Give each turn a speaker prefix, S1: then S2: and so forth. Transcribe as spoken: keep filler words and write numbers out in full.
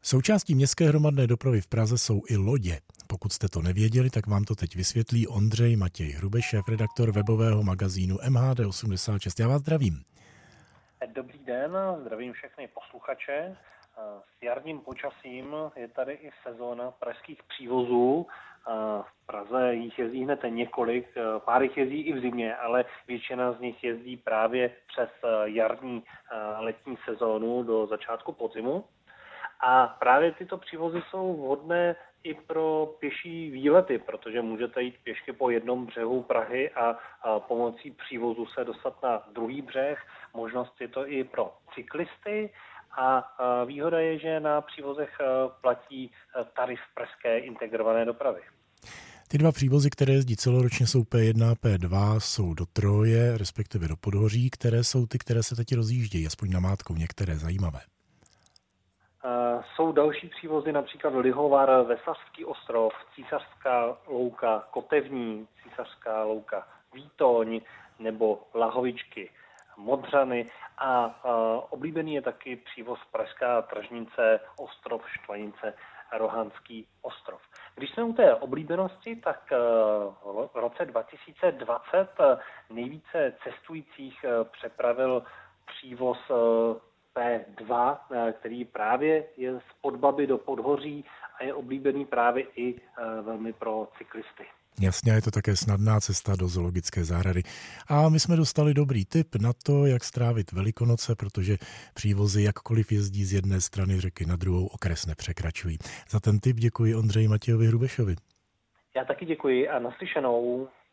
S1: Součástí městské hromadné dopravy v Praze jsou i lodě. Pokud jste to nevěděli, tak vám to teď vysvětlí Ondřej Matěj Hrubeš, šéfredaktor webového magazínu M H D osmdesát šest. Já vás zdravím.
S2: Dobrý den, zdravím všechny posluchače. S jarním počasím je tady i sezóna pražských přívozů. V Praze jich jezdí hned několik, pár jich jezdí i v zimě, ale většina z nich jezdí právě přes jarní letní sezónu do začátku podzimu. A právě tyto přívozy jsou vhodné i pro pěší výlety, protože můžete jít pěšky po jednom břehu Prahy a, a pomocí přívozu se dostat na druhý břeh. Možnost je to i pro cyklisty a, a výhoda je, že na přívozech platí tarif pražské integrované dopravy.
S1: Ty dva přívozy, které jezdí celoročně, jsou P jedna a P dva, jsou do Troje, respektive do Podhoří. Které jsou ty, které se teď rozjíždějí, aspoň namátkou některé zajímavé?
S2: Jsou další přívozy, například Lihovar, Vesařský ostrov, Císařská louka, Kotevní, Císařská louka, Výtoň nebo Lahovičky, Modřany a, a oblíbený je taky přívoz Pražská Tržnice, Ostrov Štvanice, Rohanský ostrov. Když jsme u té oblíbenosti, tak v roce dva tisíce dvacet nejvíce cestujících přepravil přívoz P dva, který právě je z Podbaby do Podhoří a je oblíbený právě i velmi pro cyklisty.
S1: Jasně, je to také snadná cesta do zoologické zahrady. A my jsme dostali dobrý tip na to, jak strávit Velikonoce, protože přívozy jakkoliv jezdí z jedné strany řeky na druhou, okres nepřekračují. Za ten tip děkuji Ondřeji Matějovi Hrubešovi.
S2: Já taky děkuji a naslyšenou.